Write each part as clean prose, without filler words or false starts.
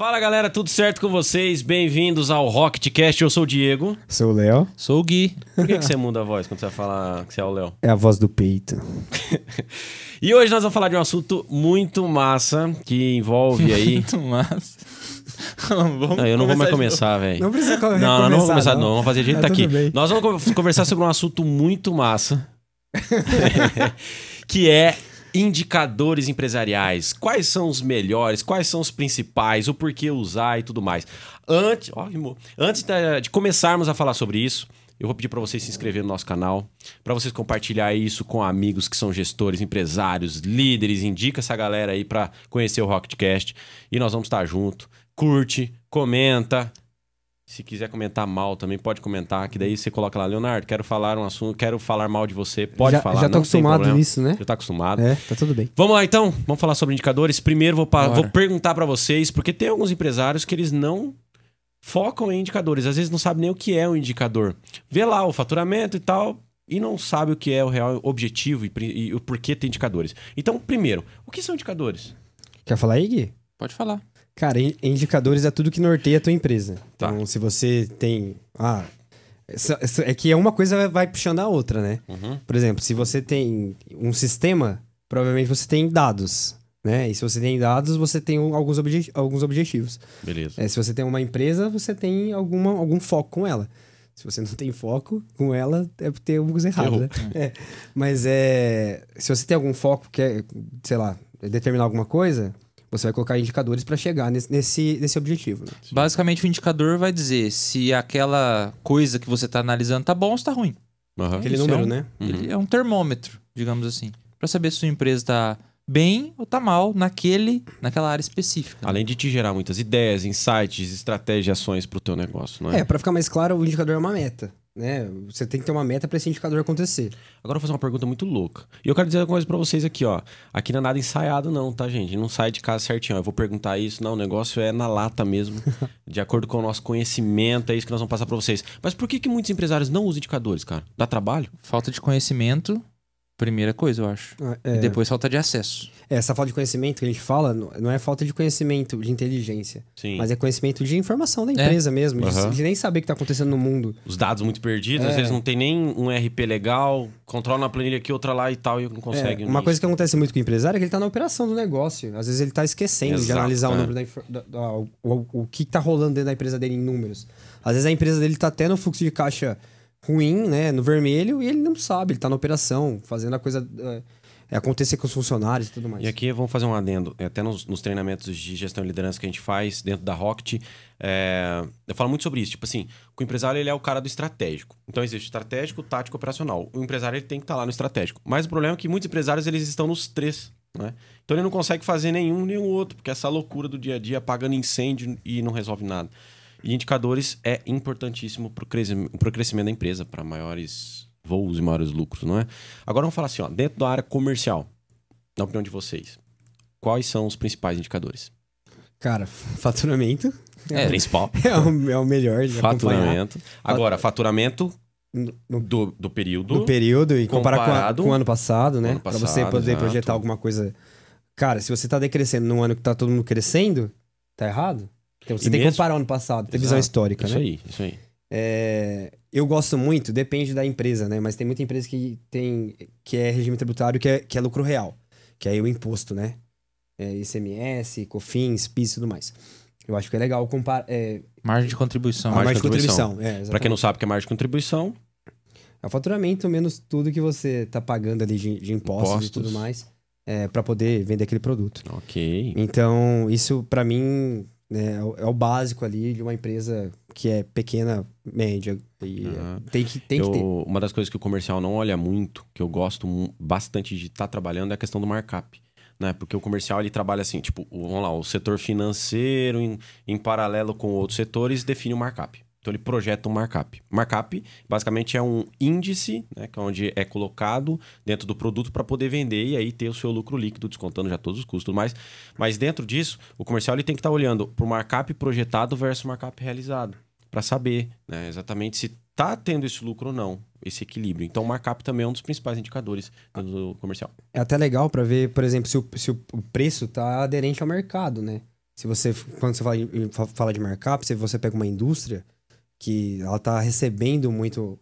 Fala galera, tudo certo com vocês? Bem-vindos ao RocketCast, eu sou o Diego. Sou o Léo. Sou o Gui. Por que você muda a voz quando você vai falar que você é o Léo? É a voz do peito. E hoje nós vamos falar de um assunto muito massa, que envolve aí... Muito massa. Não, eu não vou mais começar, velho. Não precisa começar. Não vamos começar não, vamos fazer a gente tá aqui. Bem. Nós vamos conversar sobre um assunto muito massa, que é... indicadores empresariais. Quais são os melhores? Quais são os principais? O porquê usar e tudo mais. Antes de começarmos a falar sobre isso, eu vou pedir para vocês se inscreverem no nosso canal, para vocês compartilhar isso com amigos que são gestores, empresários, líderes. Indica essa galera aí para conhecer o RocketCast. E nós vamos estar junto. Curte, comenta. Se quiser comentar mal também, pode comentar, que daí você coloca lá, Leonardo, quero falar um assunto, quero falar mal de você, pode falar. Já tô acostumado nisso, né? Já tá acostumado. É, tá tudo bem. Vamos lá então, vamos falar sobre indicadores. Primeiro vou perguntar para vocês, porque tem alguns empresários que eles não focam em indicadores, às vezes não sabem nem o que é um indicador. Vê lá o faturamento e tal, e não sabe o que é o real objetivo e o porquê tem indicadores. Então, primeiro, o que são indicadores? Quer falar aí, Gui? Pode falar. Cara, indicadores é tudo que norteia a tua empresa. Tá. Então, se você tem... é que uma coisa vai puxando a outra, né? Uhum. Por exemplo, se você tem um sistema, provavelmente você tem dados, né? E se você tem dados, você tem alguns objetivos. Beleza. Se você tem uma empresa, você tem algum foco com ela. Se você não tem foco com ela, é porque tem alguma coisa errada, né? Mas se você tem algum foco, quer, sei lá, determinar alguma coisa... Você vai colocar indicadores para chegar nesse objetivo. Né? Basicamente, o indicador vai dizer se aquela coisa que você está analisando tá bom ou se tá ruim. Uhum. Aquele número, né? Ele é um termômetro, digamos assim. Para saber se sua empresa tá bem ou tá mal naquela área específica. Além de te gerar muitas ideias, insights, estratégias e ações pro teu negócio, não é? Para ficar mais claro, o indicador é uma meta. Né? Você tem que ter uma meta para esse indicador acontecer. Agora eu vou fazer uma pergunta muito louca. E eu quero dizer uma coisa pra vocês aqui, ó. Aqui não é nada ensaiado não, tá, gente? Não sai de casa certinho. Eu vou perguntar isso. Não, o negócio é na lata mesmo. De acordo com o nosso conhecimento, é isso que nós vamos passar pra vocês. Mas por que muitos empresários não usam indicadores, cara? Dá trabalho? Falta de conhecimento, primeira coisa, eu acho. E depois falta de acesso. Essa falta de conhecimento que a gente fala, não é falta de conhecimento de inteligência. Sim. Mas é conhecimento de informação da empresa mesmo. Uhum. De nem saber o que tá acontecendo no mundo. Os dados muito perdidos, às vezes não tem nem um RP legal, controla uma planilha aqui, outra lá e tal, e não consegue. Uma coisa que acontece muito com o empresário é que ele tá na operação do negócio. Às vezes ele tá esquecendo de analisar o número o que tá rolando dentro da empresa dele em números. Às vezes a empresa dele tá até no fluxo de caixa ruim, né, no vermelho, e ele não sabe, ele tá na operação, fazendo a coisa acontecer com os funcionários e tudo mais. E aqui vamos fazer um adendo, até nos treinamentos de gestão e liderança que a gente faz dentro da Rocket, eu falo muito sobre isso, tipo assim, o empresário ele é o cara do estratégico. Então existe estratégico, tático, operacional. O empresário ele tem que estar lá no estratégico. Mas o problema é que muitos empresários eles estão nos três, né? Então ele não consegue fazer nenhum nem o outro, porque essa loucura do dia a dia, apagando incêndio e não resolve nada. E indicadores é importantíssimo para o crescimento da empresa, para maiores voos e maiores lucros, não é? Agora vamos falar assim, ó, dentro da área comercial, na opinião de vocês, quais são os principais indicadores? Cara, faturamento principal. É o melhor de faturamento. Agora, faturamento do período. Do período e comparar com o ano passado, né? Para você poder projetar alguma coisa. Cara, se você tá decrescendo num ano que tá todo mundo crescendo, tá errado. Então você tem que comparar o ano passado, ter visão histórica, isso né? Isso aí. Eu gosto muito, depende da empresa, né? Mas tem muita empresa que é regime tributário que é lucro real. Que é aí o imposto, né? ICMS, COFINS, PIS e tudo mais. Eu acho que é legal comparar... Margem de contribuição. Margem de contribuição. Pra quem não sabe o que é margem de contribuição... É o faturamento menos tudo que você tá pagando ali de impostos e tudo mais. Pra poder vender aquele produto. Ok. Então, isso pra mim... É o básico ali de uma empresa que é pequena, média. E tem que ter. Uma das coisas que o comercial não olha muito, que eu gosto bastante de estar trabalhando, é a questão do markup. Né? Porque o comercial ele trabalha assim, tipo, vamos lá, o setor financeiro em paralelo com outros setores define o markup. Então ele projeta um markup. Markup basicamente é um índice, né, que é onde é colocado dentro do produto para poder vender e aí ter o seu lucro líquido, descontando já todos os custos e tudo mais. Mas dentro disso, o comercial ele tem que estar olhando para o markup projetado versus o markup realizado, para saber, né, exatamente se está tendo esse lucro ou não, esse equilíbrio. Então o markup também é um dos principais indicadores do comercial. É até legal para ver, por exemplo, se o preço está aderente ao mercado, né? Quando você fala de markup, se você pega uma indústria que ela tá recebendo muito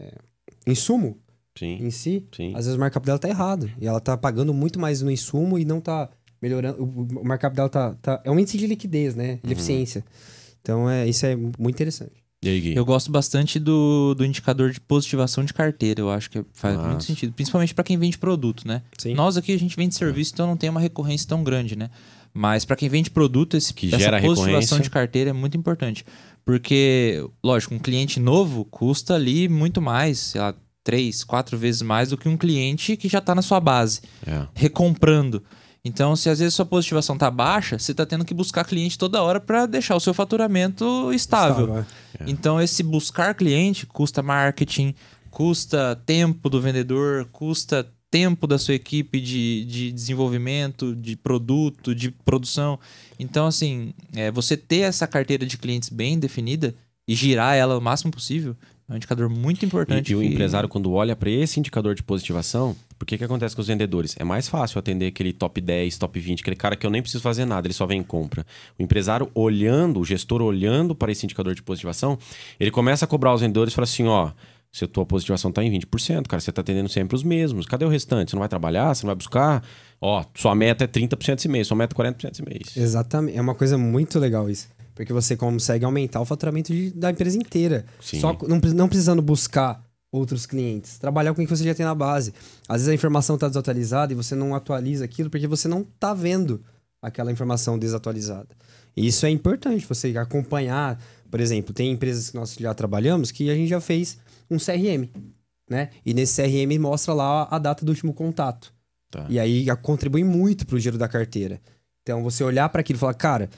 insumo em si, às vezes o markup dela tá errado. E ela tá pagando muito mais no insumo e não tá melhorando. O markup dela é um índice de liquidez, né? De eficiência. Então, isso é muito interessante. E aí, Gui? Eu gosto bastante do indicador de positivação de carteira. Eu acho que faz muito sentido. Principalmente para quem vende produto, né? Sim. Nós aqui a gente vende serviço, então não tem uma recorrência tão grande, né? Mas para quem vende produto, essa positivação de carteira é muito importante. Porque, lógico, um cliente novo custa ali muito mais, sei lá, 3, 4 vezes mais do que um cliente que já está na sua base, recomprando. Então, se às vezes sua positivação está baixa, você está tendo que buscar cliente toda hora para deixar o seu faturamento estável. Então, esse buscar cliente custa marketing, custa tempo do vendedor, custa tempo da sua equipe de desenvolvimento, de produto, de produção. Então, assim, você ter essa carteira de clientes bem definida e girar ela o máximo possível é um indicador muito importante. E o empresário, quando olha para esse indicador de positivação, por que acontece com os vendedores? É mais fácil atender aquele top 10, top 20, aquele cara que eu nem preciso fazer nada, ele só vem e compra. O empresário olhando, o gestor olhando para esse indicador de positivação, ele começa a cobrar os vendedores e fala assim, ó, se a tua positivação tá em 20%, cara, você tá atendendo sempre os mesmos. Cadê o restante? Você não vai trabalhar? Você não vai buscar? Ó, sua meta é 30% esse mês, sua meta é 40% esse mês. Exatamente. É uma coisa muito legal isso. Porque você consegue aumentar o faturamento da empresa inteira. Sim. Só não precisando buscar outros clientes. Trabalhar com o que você já tem na base. Às vezes a informação está desatualizada e você não atualiza aquilo porque você não está vendo aquela informação desatualizada. E isso é importante, você acompanhar. Por exemplo, tem empresas que nós já trabalhamos que a gente já fez um CRM, né? E nesse CRM mostra lá a data do último contato. Tá. E aí contribui muito para o giro da carteira. Então, você olhar para aquilo e falar, cara,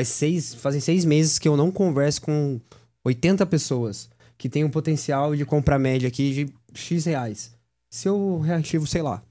fazem 6 meses que eu não converso com 80 pessoas que tem um potencial de compra média aqui de X reais. Se eu reativo, sei lá,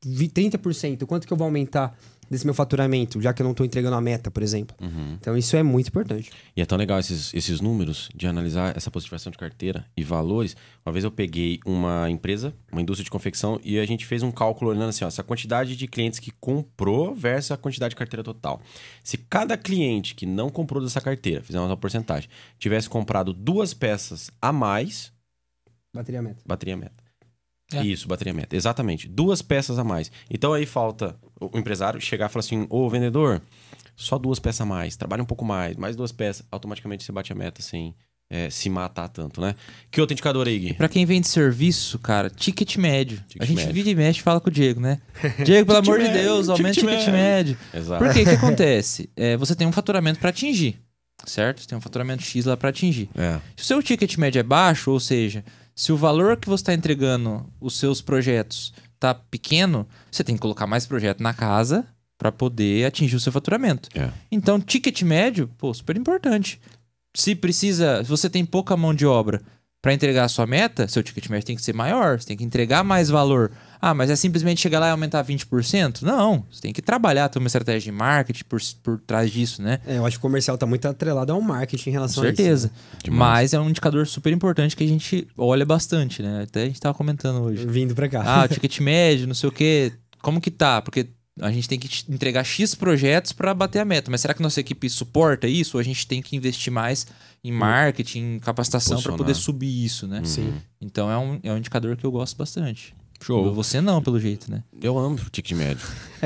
30%, quanto que eu vou aumentar desse meu faturamento, já que eu não estou entregando a meta, por exemplo? Então, isso é muito importante. E é tão legal esses números de analisar essa positivação de carteira e valores. Uma vez eu peguei uma empresa, uma indústria de confecção, e a gente fez um cálculo olhando assim, ó, essa quantidade de clientes que comprou versus a quantidade de carteira total. Se cada cliente que não comprou dessa carteira, fizemos uma porcentagem, tivesse comprado 2 peças a mais... Bateria meta. Bateria meta. Isso, bateria meta. Exatamente. 2 peças a mais. Então aí falta o empresário chegar e falar assim, ô vendedor, só 2 peças a mais, trabalha um pouco mais 2 peças, automaticamente você bate a meta sem se matar tanto, né? Que outro indicador aí, Gui? Pra quem vende serviço, cara, ticket médio. A gente vira e mexe e fala com o Diego, né? Diego, pelo amor de Deus, aumenta o ticket médio. Exato. Por quê? O que acontece? Você tem um faturamento pra atingir, certo? Você tem um faturamento X lá pra atingir. Se o seu ticket médio é baixo, ou seja, se o valor que você está entregando os seus projetos tá pequeno, você tem que colocar mais projeto na casa para poder atingir o seu faturamento. Então, ticket médio, super importante. Se você tem pouca mão de obra para entregar a sua meta, seu ticket médio tem que ser maior, você tem que entregar mais valor. Ah, mas é simplesmente chegar lá e aumentar 20%? Não, você tem que trabalhar, ter uma estratégia de marketing por trás disso, né? Eu acho que o comercial tá muito atrelado ao marketing em relação a isso. Com certeza. Né? Mas é um indicador super importante que a gente olha bastante, né? Até a gente tava comentando hoje. Vindo pra cá. O ticket médio, não sei o quê. Como que tá? Porque a gente tem que entregar X projetos para bater a meta. Mas será que nossa equipe suporta isso? Ou a gente tem que investir mais em marketing, em capacitação para poder subir isso, né? Sim. Então é um indicador que eu gosto bastante. Show. Você não, pelo jeito, né? Eu amo o ticket médio.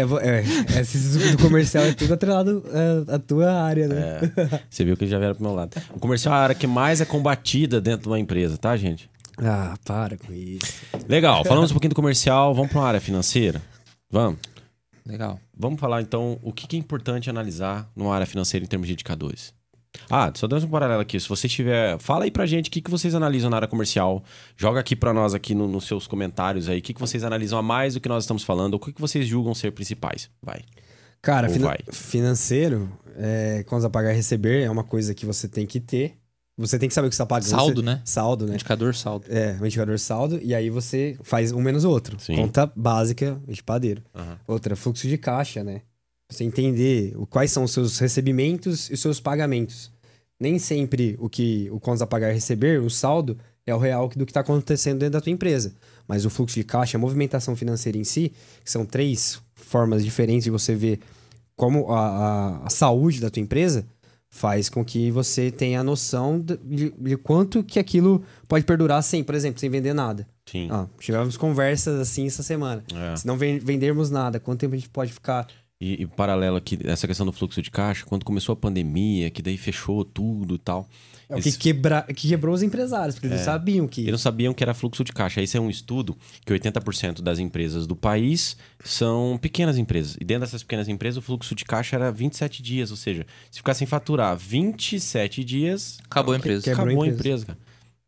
Esse do comercial é tudo atrelado à tua área, né? Você viu que eles já vieram pro meu lado. O comercial é a área que mais é combatida dentro de uma empresa, tá, gente? Ah, para com isso. Legal, falamos um pouquinho do comercial, vamos para uma área financeira? Vamos? Legal. Vamos falar, então, o que é importante analisar numa área financeira em termos de indicadores. Só dando um paralelo aqui. Se você tiver... Fala aí pra gente o que vocês analisam na área comercial. Joga aqui pra nós aqui nos seus comentários aí. O que vocês analisam a mais do que nós estamos falando. O que vocês julgam ser principais. Vai. Cara, financeiro, contas a pagar e receber é uma coisa que você tem que ter. Você tem que saber o que você está pagando. Saldo, né? Saldo, né? Indicador saldo. O indicador saldo. E aí você faz um menos o outro. Sim. Conta básica de padeiro. Outra, fluxo de caixa, né? Você entender quais são os seus recebimentos e os seus pagamentos. Nem sempre o contas a pagar e receber, o saldo, é o real do que está acontecendo dentro da tua empresa. Mas o fluxo de caixa, a movimentação financeira em si, que são 3 formas diferentes de você ver como a saúde da tua empresa faz com que você tenha a noção de quanto que aquilo pode perdurar sem, por exemplo, sem vender nada. Sim. Tivemos conversas assim essa semana. Se não vendermos nada, quanto tempo a gente pode ficar... E paralelo aqui, essa questão do fluxo de caixa, quando começou a pandemia, que daí fechou tudo e tal. O que quebrou os empresários, porque eles sabiam que... Eles não sabiam que era fluxo de caixa. Esse é um estudo que 80% das empresas do país são pequenas empresas. E dentro dessas pequenas empresas, o fluxo de caixa era 27 dias. Ou seja, se ficar sem faturar 27 dias... Acabou a empresa. Acabou a empresa, cara.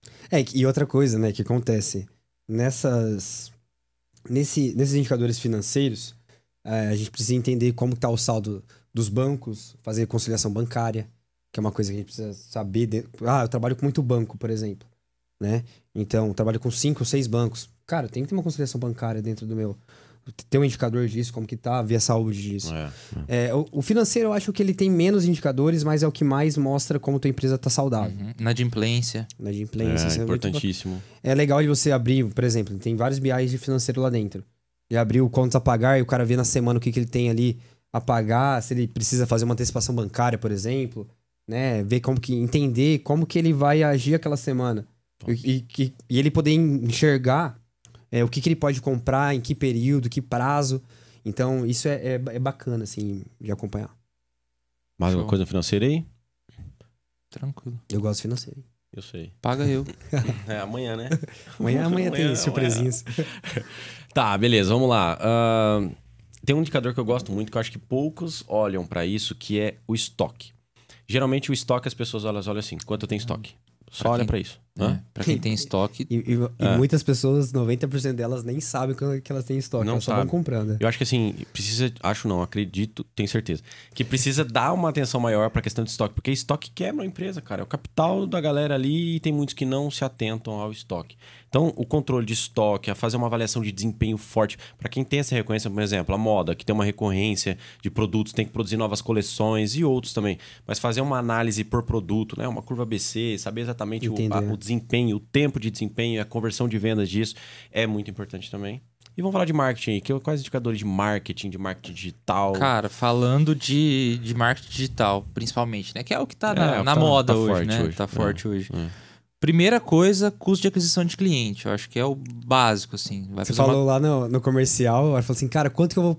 E outra coisa, né, que acontece nesses indicadores financeiros, a gente precisa entender como está o saldo dos bancos, fazer conciliação bancária, que é uma coisa que a gente precisa saber. Eu trabalho com muito banco, por exemplo, né? Então, eu trabalho com 5 ou 6 bancos. Cara, tem que ter uma conciliação bancária dentro do meu... Ter um indicador disso, como que tá, ver a saúde disso. O financeiro, eu acho que ele tem menos indicadores, mas é o que mais mostra como tua empresa tá saudável. Inadimplência. Isso é importantíssimo. É legal de você abrir, por exemplo, tem vários BIs de financeiro lá dentro. E abrir o contas a pagar e o cara vê na semana o que ele tem ali a pagar, se ele precisa fazer uma antecipação bancária, por exemplo, né? Ver entender como que ele vai agir aquela semana. E ele poder enxergar o que ele pode comprar, em que período, que prazo. Então, isso é bacana, assim, de acompanhar. Mais alguma coisa financeira aí? Tranquilo. Eu gosto de financeiro. Eu sei. Paga eu. Amanhã, né? amanhã tem surpresinhas. Tá, beleza, vamos lá. Tem um indicador que eu gosto muito, que eu acho que poucos olham pra isso, que é o estoque. Geralmente o estoque as pessoas olham assim, quanto eu tenho estoque? Só olha pra isso. Pra quem tem estoque... E muitas pessoas, 90% delas nem sabem que elas têm estoque. Não elas só vão comprando. Eu acho que assim, acredito, tenho certeza. Que precisa dar uma atenção maior pra questão de estoque. Porque estoque quebra a empresa, cara. É o capital da galera ali e tem muitos que não se atentam ao estoque. Então, o controle de estoque, a fazer uma avaliação de desempenho forte. Pra quem tem essa recorrência, por exemplo, a moda, que tem uma recorrência de produtos, tem que produzir novas coleções e outros também. Mas fazer uma análise por produto, né? Uma curva ABC, saber exatamente o desempenho, o tempo de desempenho, a conversão de vendas disso é muito importante também. E vamos falar de marketing. Quais indicadores de marketing digital? Cara, falando de marketing digital, principalmente, né? Que é o que tá na moda hoje, né? Tá forte hoje. Primeira coisa, custo de aquisição de cliente. Eu acho que é o básico, assim. Você falou lá no comercial, ela falou assim, cara, quanto que eu vou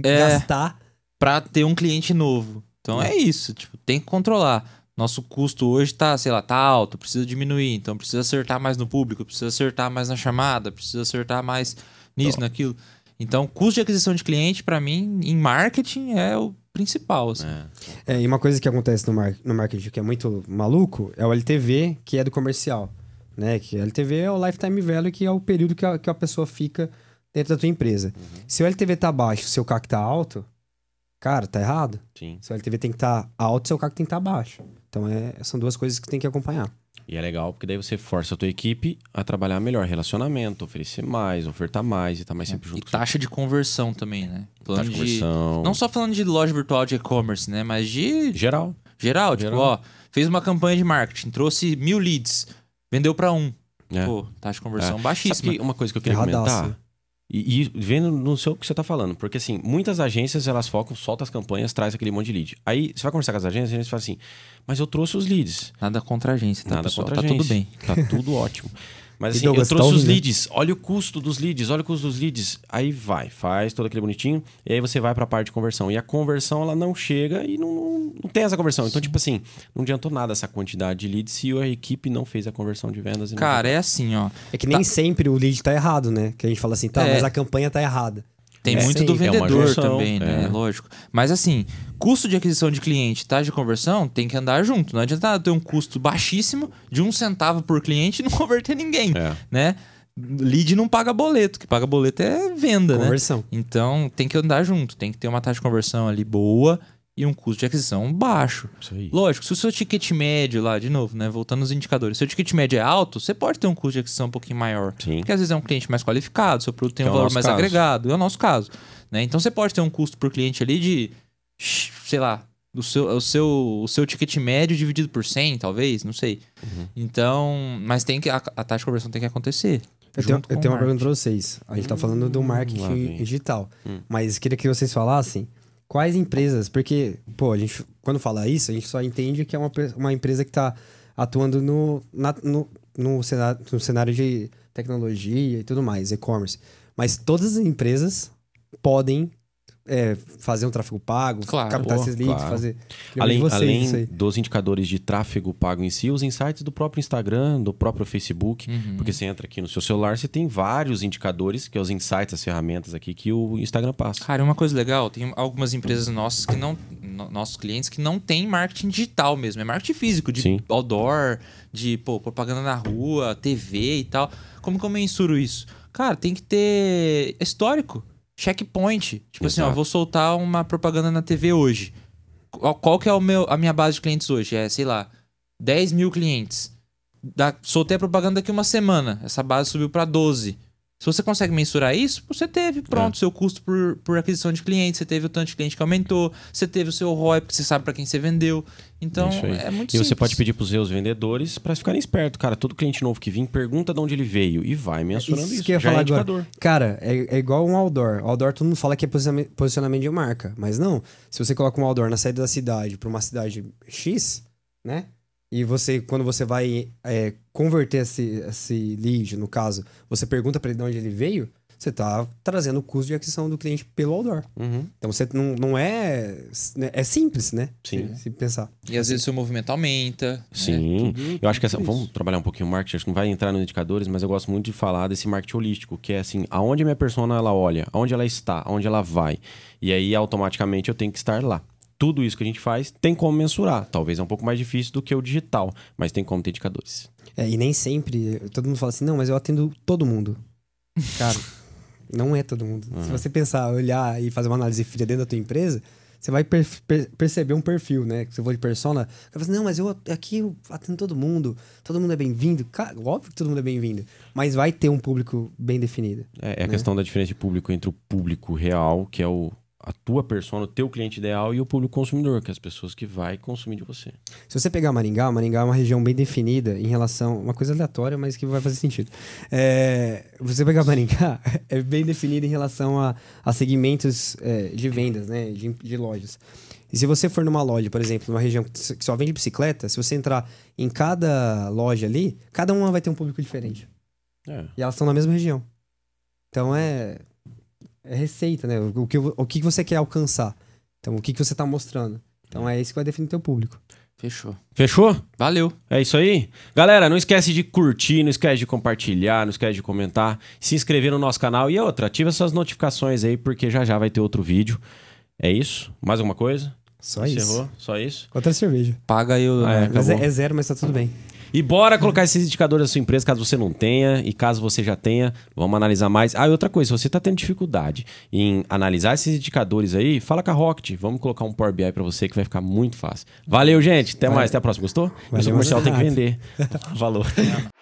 gastar pra ter um cliente novo? Então é isso, tipo, tem que controlar. Nosso custo hoje tá alto, precisa diminuir. Então precisa acertar mais no público, precisa acertar mais na chamada, precisa acertar mais nisso, naquilo. Então, custo de aquisição de cliente, pra mim, em marketing, é o principal. Assim. E uma coisa que acontece no marketing que é muito maluco é o LTV, que é do comercial. Né? Que LTV é o Lifetime Value, que é o período que a pessoa fica dentro da tua empresa. Se o LTV tá baixo, seu CAC tá alto, cara, tá errado. Sim. Seu LTV tem que estar alto, seu CAC tem que estar baixo. Então, são duas coisas que tem que acompanhar. E é legal, porque daí você força a tua equipe a trabalhar melhor relacionamento, oferecer mais, ofertar mais e tá mais sempre junto. E taxa de conversão também, né? Taxa de conversão. Não só falando de loja virtual de e-commerce, né? Mas de... Geral. Tipo, fez uma campanha de marketing, trouxe 1000 leads, vendeu pra 1. Pô, taxa de conversão baixíssima. Sabe uma coisa que eu queria comentar? E vendo no seu que você tá falando. Porque assim, muitas agências, elas soltam as campanhas, traz aquele monte de lead. Aí, você vai conversar com as agências, a gente fala assim, mas eu trouxe os leads. Nada contra a agência, tá, Nada pessoal? contra a Tá agência. tudo bem. Tá tudo ótimo. Mas assim, Douglas, eu trouxe os ouvindo? leads. Olha o custo dos leads. Aí faz todo aquele bonitinho. E aí você vai pra parte de conversão. E a conversão, ela não chega e não tem essa conversão. Então, tipo assim, não adiantou nada essa quantidade de leads se a equipe não fez a conversão de vendas. Cara, é assim, ó. É que nem sempre o lead tá errado, né? Que a gente fala assim, mas a campanha tá errada. Tem muito do vendedor junção, também, né? Lógico. Mas assim, custo de aquisição de cliente e taxa de conversão tem que andar junto. Não adianta ter um custo baixíssimo de 1 centavo por cliente e não converter ninguém, né? Lead não paga boleto. O que paga boleto é venda, conversão. Né? Então tem que andar junto. Tem que ter uma taxa de conversão ali boa e um custo de aquisição baixo. Isso aí. Lógico, se o seu ticket médio lá, de novo, né? Voltando nos indicadores. Se o ticket médio é alto, você pode ter um custo de aquisição um pouquinho maior. Sim. Porque às vezes é um cliente mais qualificado, seu produto tem um valor mais agregado. É o nosso caso. Né? Então você pode ter um custo por cliente ali de, sei lá, o seu ticket médio dividido por 100, talvez, não sei. Então, mas a taxa de conversão tem que acontecer. Eu tenho uma pergunta pra vocês. A gente tá falando do marketing digital. Mas queria que vocês falassem quais empresas? Porque, pô, a gente, quando fala isso, a gente só entende que é uma empresa que está atuando no cenário de tecnologia e tudo mais, e-commerce. Mas todas as empresas podem fazer um tráfego pago, captar esses leads, fazer... Além dos indicadores de tráfego pago em si, os insights do próprio Instagram, do próprio Facebook, porque você entra aqui no seu celular, você tem vários indicadores, que é os insights, as ferramentas aqui que o Instagram passa. Cara, uma coisa legal, tem algumas empresas nossas que não... nossos clientes que não tem marketing digital mesmo, é marketing físico, de outdoor, de propaganda na rua, TV e tal. Como que eu mensuro isso? Cara, tem que ter histórico. Checkpoint. Tipo assim, ó, vou soltar uma propaganda na TV hoje. Qual que é a minha base de clientes hoje? É, sei lá, 10 mil clientes. Soltei a propaganda daqui uma semana. Essa base subiu para 12. Se você consegue mensurar isso, você teve, pronto, seu custo por aquisição de clientes, você teve o tanto de cliente que aumentou, você teve o seu ROI, porque você sabe para quem você vendeu. Então, é muito simples. E você pode pedir para os seus vendedores para ficarem espertos. Cara, todo cliente novo que vir, pergunta de onde ele veio e vai mensurando isso. Que eu ia falar agora. Cara, é igual um outdoor. Outdoor, todo mundo fala que é posicionamento de marca, mas não. Se você coloca um outdoor na saída da cidade para uma cidade X, né? E você, quando você vai converter esse lead, no caso, você pergunta para ele de onde ele veio, você tá trazendo o custo de aquisição do cliente pelo outdoor. Então você não é... É simples, né? Sim. Se pensar. E às vezes o seu movimento aumenta. Sim. Eu acho que vamos trabalhar um pouquinho o marketing, acho que não vai entrar nos indicadores, mas eu gosto muito de falar desse marketing holístico, que é assim, aonde a minha persona ela olha, aonde ela está, aonde ela vai. E aí, automaticamente, eu tenho que estar lá. Tudo isso que a gente faz tem como mensurar. Talvez é um pouco mais difícil do que o digital, mas tem como ter indicadores. E nem sempre todo mundo fala assim, não, mas eu atendo todo mundo. Cara, não é todo mundo. Se você pensar, olhar e fazer uma análise fria dentro da tua empresa, você vai perceber um perfil, né? Que você for de persona, você vai falar assim, não, mas aqui eu atendo todo mundo é bem-vindo. Cara, óbvio que todo mundo é bem-vindo, mas vai ter um público bem definido. É a questão da diferença de público entre o público real, que é a tua persona, o teu cliente ideal, e o público consumidor, que é as pessoas que vai consumir de você. Se você pegar Maringá é uma região bem definida em relação... Uma coisa aleatória, mas que vai fazer sentido. Você pegar Maringá é bem definida em relação a segmentos de vendas, né? De lojas. E se você for numa loja, por exemplo, numa região que só vende bicicleta, se você entrar em cada loja ali, cada uma vai ter um público diferente. E elas estão na mesma região. Então é receita, né? O que você quer alcançar. Então, o que você tá mostrando. Então, é isso que vai definir o teu público. Fechou? Valeu. É isso aí. Galera, não esquece de curtir, não esquece de compartilhar, não esquece de comentar, se inscrever no nosso canal. E outra, ativa essas notificações aí, porque já vai ter outro vídeo. É isso? Mais alguma coisa? Só isso. Só isso? Outra cerveja. Paga aí o... Mas é zero, mas tá tudo bem. E bora colocar esses indicadores da sua empresa, caso você não tenha, e caso você já tenha, vamos analisar mais. E outra coisa, se você está tendo dificuldade em analisar esses indicadores aí, fala com a Rocket, vamos colocar um Power BI para você que vai ficar muito fácil. Valeu, gente, até mais, até a próxima. Gostou? Esse comercial tem que vender. Falou.